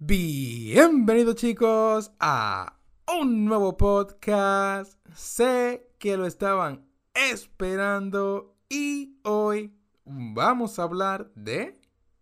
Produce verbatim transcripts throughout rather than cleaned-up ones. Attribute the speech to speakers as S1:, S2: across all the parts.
S1: Bienvenidos chicos a un nuevo podcast. Sé que lo estaban esperando y hoy vamos a hablar de...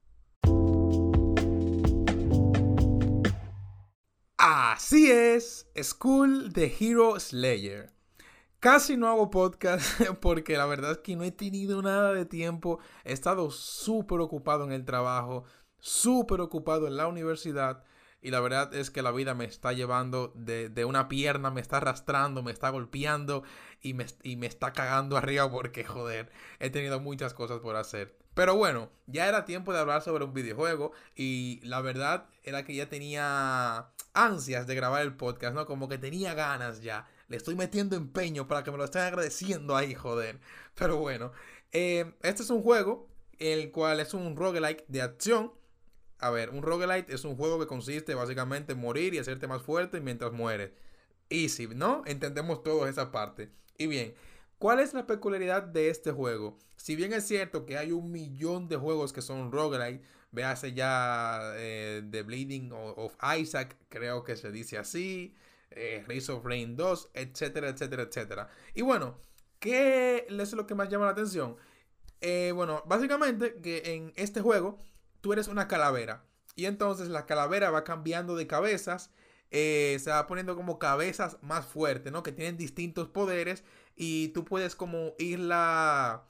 S1: Así es, School the Hero Slayer. Casi no hago podcast porque la verdad es que no he tenido nada de tiempo. He estado súper ocupado en el trabajo, súper ocupado en la universidad. Y la verdad es que la vida me está llevando de, de una pierna, me está arrastrando, me está golpeando y me, y me está cagando arriba porque, joder, he tenido muchas cosas por hacer. Pero bueno, ya era tiempo de hablar sobre un videojuego y la verdad era que ya tenía ansias de grabar el podcast, ¿no? Como que tenía ganas ya. Le estoy metiendo empeño para que me lo estén agradeciendo ahí, joder. Pero bueno, eh, este es un juego, el cual es un roguelike de acción. A ver, un roguelite es un juego que consiste básicamente en morir y hacerte más fuerte mientras mueres. Easy, ¿no? Entendemos todos esa parte. Y bien, ¿cuál es la peculiaridad de este juego? Si bien es cierto que hay un millón de juegos que son roguelite, véase ya eh, The Bleeding of Isaac, creo que se dice así, eh, Rise of Rain dos, etcétera, etcétera, etcétera. Y bueno, ¿qué es lo que más llama la atención? Eh, bueno, básicamente que en este juego tú eres una calavera y entonces la calavera va cambiando de cabezas, eh, se va poniendo como cabezas más fuertes, ¿no? Que tienen distintos poderes y tú puedes como irla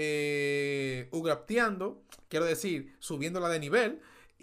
S1: eh, upgradeando, quiero decir, subiéndola de nivel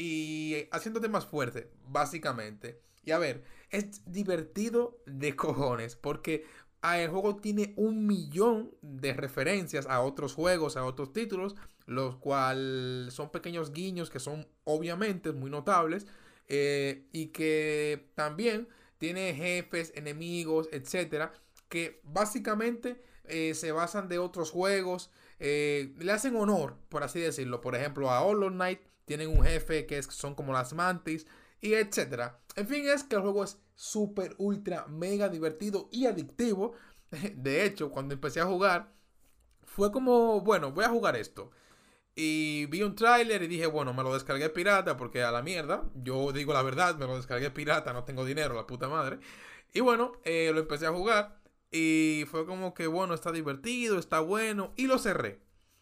S1: y haciéndote más fuerte, básicamente. Y a ver, es divertido de cojones porque el juego tiene un millón de referencias a otros juegos, a otros títulos, los cuales son pequeños guiños que son obviamente muy notables eh, y que también tiene jefes, enemigos, etcétera, que básicamente eh, se basan de otros juegos, eh, le hacen honor, por así decirlo. Por ejemplo, a Hollow Knight tienen un jefe que es, son como las mantis y etcétera. En fin, es que el juego es súper, ultra, mega divertido y adictivo. De hecho, cuando empecé a jugar, fue como, bueno, voy a jugar esto. Y vi un tráiler y dije, bueno, me lo descargué pirata porque a la mierda. Yo digo la verdad, me lo descargué pirata, no tengo dinero, la puta madre. Y bueno, eh, lo empecé a jugar. Y fue como que, bueno, está divertido, está bueno. Y lo cerré.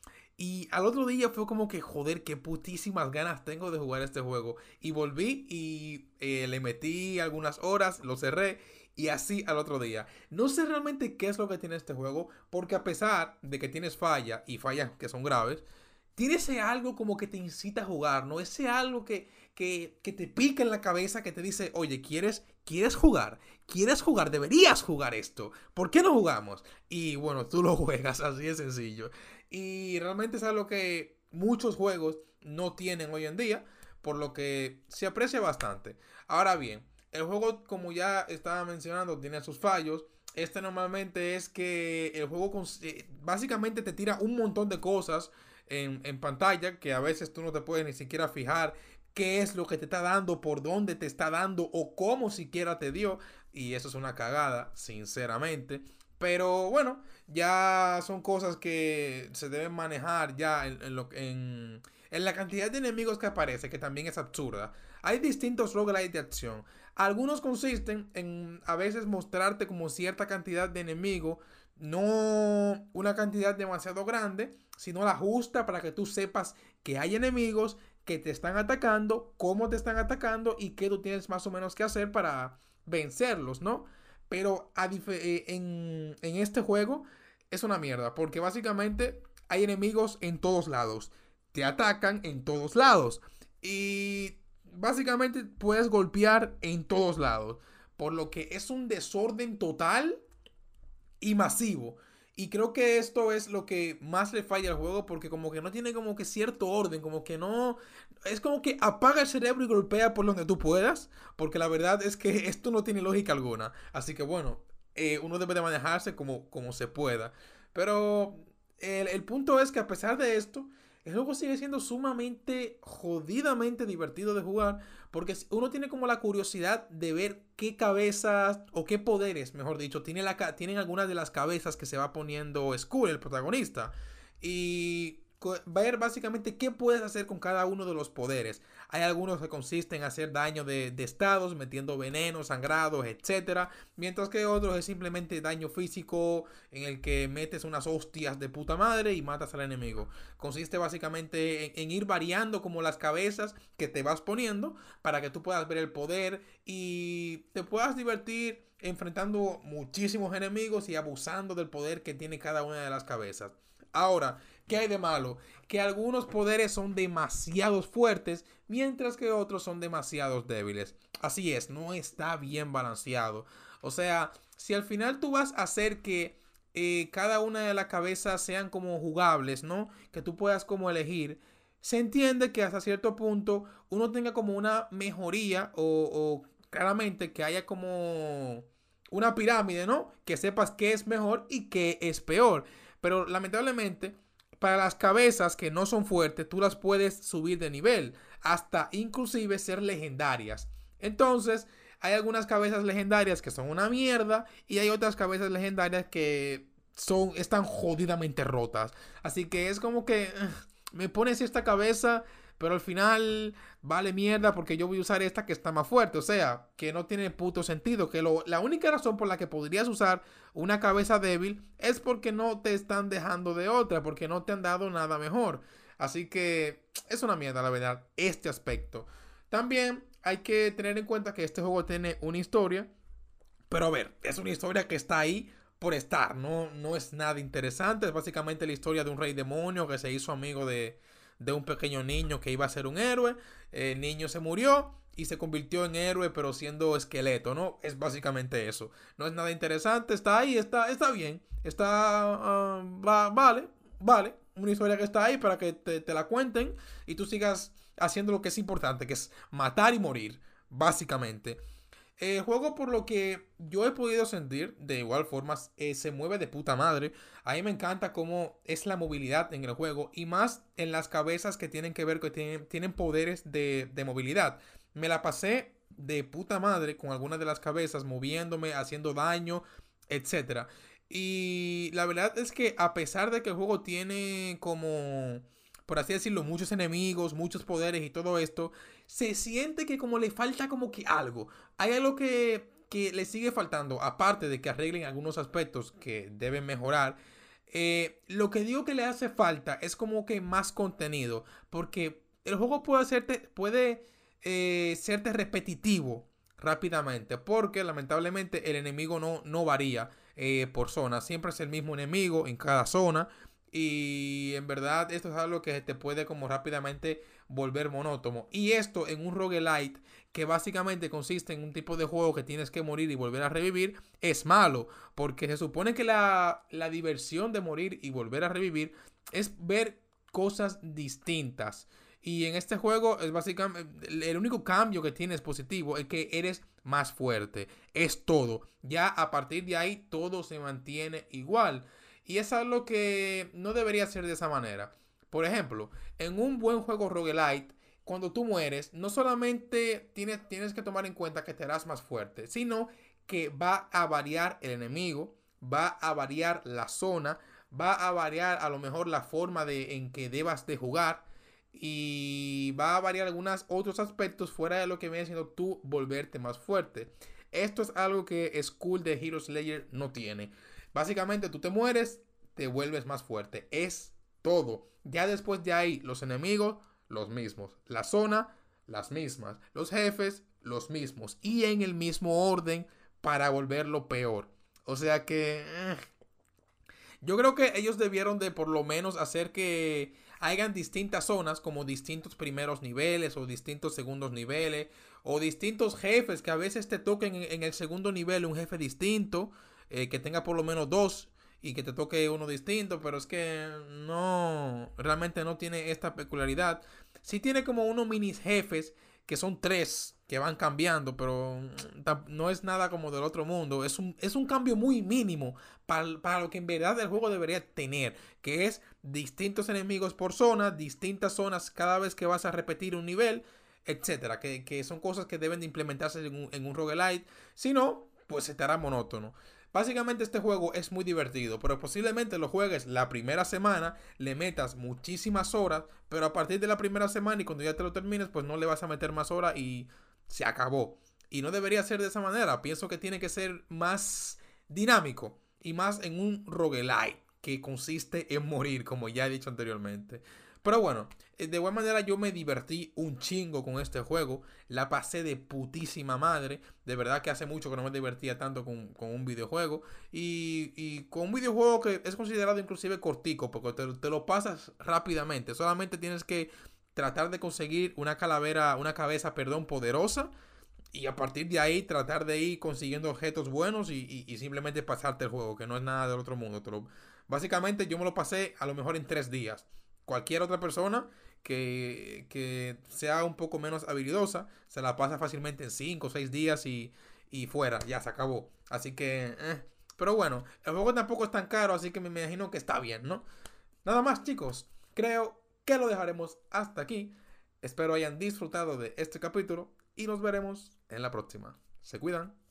S1: Y al otro día fue como que, joder, qué putísimas ganas tengo de jugar este juego. Y volví y eh, le metí algunas horas, lo cerré y así al otro día. No sé realmente qué es lo que tiene este juego, porque a pesar de que tienes fallas y fallas que son graves, tiene ese algo como que te incita a jugar, ¿no? Ese algo que, que, que te pica en la cabeza, que te dice, oye, ¿quieres, ¿quieres jugar? ¿Quieres jugar? Deberías jugar esto. ¿Por qué no jugamos? Y bueno, tú lo juegas, así de sencillo. Y realmente es algo que muchos juegos no tienen hoy en día, por lo que se aprecia bastante. Ahora bien, el juego, como ya estaba mencionando, tiene sus fallos. Este normalmente es que el juego básicamente te tira un montón de cosas en, en pantalla que a veces tú no te puedes ni siquiera fijar qué es lo que te está dando, por dónde te está dando o cómo siquiera te dio. Y eso es una cagada, sinceramente. Pero bueno, ya son cosas que se deben manejar ya en, en, lo, en, en la cantidad de enemigos que aparece, que también es absurda. Hay distintos roguelites de acción. Algunos consisten en a veces mostrarte como cierta cantidad de enemigos, no una cantidad demasiado grande, sino la justa para que tú sepas que hay enemigos que te están atacando, cómo te están atacando y qué tú tienes más o menos que hacer para vencerlos, ¿no? Pero a dif- en, en este juego es una mierda, porque básicamente hay enemigos en todos lados, te atacan en todos lados y básicamente puedes golpear en todos lados, por lo que es un desorden total y masivo. Y creo que esto es lo que más le falla al juego, porque como que no tiene como que cierto orden, como que no... Es como que apaga el cerebro y golpea por donde tú puedas, porque la verdad es que esto no tiene lógica alguna. Así que bueno, eh, uno debe de manejarse como, como se pueda. Pero el, el punto es que a pesar de esto, el juego sigue siendo sumamente jodidamente divertido de jugar, porque uno tiene como la curiosidad de ver qué cabezas o qué poderes, mejor dicho, tiene la, tienen algunas de las cabezas que se va poniendo Skull, el protagonista. Y ver básicamente qué puedes hacer con cada uno de los poderes. Hay algunos que consisten en hacer daño de, de estados, metiendo veneno, sangrados, etcétera. Mientras que otros es simplemente daño físico en el que metes unas hostias de puta madre y matas al enemigo. Consiste básicamente en, en ir variando como las cabezas que te vas poniendo para que tú puedas ver el poder y te puedas divertir enfrentando muchísimos enemigos y abusando del poder que tiene cada una de las cabezas. Ahora, ¿qué hay de malo? Que algunos poderes son demasiado fuertes, mientras que otros son demasiado débiles. Así es, no está bien balanceado. O sea, si al final tú vas a hacer que eh, cada una de las cabezas sean como jugables, ¿no? Que tú puedas como elegir. Se entiende que hasta cierto punto uno tenga como una mejoría o, o claramente que haya como una pirámide, ¿no? Que sepas qué es mejor y qué es peor. Pero lamentablemente, para las cabezas que no son fuertes, tú las puedes subir de nivel, hasta inclusive ser legendarias. Entonces, hay algunas cabezas legendarias que son una mierda y hay otras cabezas legendarias que son, están jodidamente rotas. Así que es como que uh, me pones esta cabeza, pero al final vale mierda porque yo voy a usar esta que está más fuerte. O sea, que no tiene puto sentido. Que lo, la única razón por la que podrías usar una cabeza débil es porque no te están dejando de otra, porque no te han dado nada mejor. Así que es una mierda, la verdad, este aspecto. También hay que tener en cuenta que este juego tiene una historia. Pero a ver, es una historia que está ahí por estar. No, no es nada interesante. Es básicamente la historia de un rey demonio que se hizo amigo de... de un pequeño niño que iba a ser un héroe. El niño se murió y se convirtió en héroe, pero siendo esqueleto, ¿no? Es básicamente eso. No es nada interesante, está ahí, está, está bien. Está, uh, va, vale, vale. Una historia que está ahí para que te, te la cuenten y tú sigas haciendo lo que es importante, que es matar y morir, básicamente. El juego, por lo que yo he podido sentir, de igual forma, eh, se mueve de puta madre. A mí me encanta cómo es la movilidad en el juego y más en las cabezas que tienen que ver, que tienen, tienen poderes de, de movilidad. Me la pasé de puta madre con algunas de las cabezas, moviéndome, haciendo daño, etcétera. Y la verdad es que a pesar de que el juego tiene como, por así decirlo, muchos enemigos, muchos poderes y todo esto, se siente que como le falta como que algo. Hay algo que, que le sigue faltando, aparte de que arreglen algunos aspectos que deben mejorar. Eh, lo que digo que le hace falta es como que más contenido, porque el juego puede hacerte, puede eh, serte repetitivo rápidamente, porque lamentablemente el enemigo no, no varía eh, por zona, siempre es el mismo enemigo en cada zona. Y en verdad esto es algo que te puede como rápidamente volver monótono. Y esto en un roguelite que básicamente consiste en un tipo de juego que tienes que morir y volver a revivir, es malo. Porque se supone que la, la diversión de morir y volver a revivir es ver cosas distintas. Y en este juego es básicamente el único cambio que tienes positivo es que eres más fuerte. Es todo. Ya a partir de ahí todo se mantiene igual. Y es algo que no debería ser de esa manera. Por ejemplo, en un buen juego roguelite, cuando tú mueres, no solamente tienes, tienes que tomar en cuenta que te harás más fuerte, sino que va a variar el enemigo, va a variar la zona, va a variar a lo mejor la forma de, en que debas de jugar y va a variar algunos otros aspectos fuera de lo que viene siendo tú volverte más fuerte. Esto es algo que School de Hero Slayer no tiene. Básicamente tú te mueres, te vuelves más fuerte. Es todo. Ya después de ahí, los enemigos, los mismos. La zona, las mismas. Los jefes, los mismos. Y en el mismo orden para volverlo peor. O sea que... Eh, yo creo que ellos debieron de por lo menos hacer que hayan distintas zonas, como distintos primeros niveles o distintos segundos niveles. O distintos jefes que a veces te toquen en, en el segundo nivel un jefe distinto. Eh, que tenga por lo menos dos y que te toque uno distinto, pero es que no, realmente no tiene esta peculiaridad. Sí tiene como unos mini jefes que son tres que van cambiando, pero no es nada como del otro mundo. Es un, es un cambio muy mínimo para, para lo que en verdad el juego debería tener, que es distintos enemigos por zona, distintas zonas cada vez que vas a repetir un nivel, etcétera, que, que son cosas que deben de implementarse en un, en un roguelite. Si no, pues se te hará monótono. Básicamente este juego es muy divertido, pero posiblemente lo juegues la primera semana, le metas muchísimas horas, pero a partir de la primera semana y cuando ya te lo termines, pues no le vas a meter más horas y se acabó. Y no debería ser de esa manera. Pienso que tiene que ser más dinámico y más en un roguelite que consiste en morir, como ya he dicho anteriormente. Pero bueno, de igual manera yo me divertí un chingo con este juego. La pasé de putísima madre. De verdad que hace mucho que no me divertía tanto con, con un videojuego. Y, y con un videojuego que es considerado inclusive cortico, porque te, te lo pasas rápidamente. Solamente tienes que tratar de conseguir una calavera, una cabeza, perdón, poderosa. Y a partir de ahí tratar de ir consiguiendo objetos buenos y, y, y simplemente pasarte el juego, que no es nada del otro mundo. Te lo, básicamente yo me lo pasé a lo mejor en tres días. Cualquier otra persona que, que sea un poco menos habilidosa se la pasa fácilmente en cinco o seis días y, y fuera, ya se acabó. Así que, eh. Pero bueno, el juego tampoco es tan caro, así que me imagino que está bien, ¿no? Nada más, chicos, creo que lo dejaremos hasta aquí. Espero hayan disfrutado de este capítulo y nos veremos en la próxima. Se cuidan.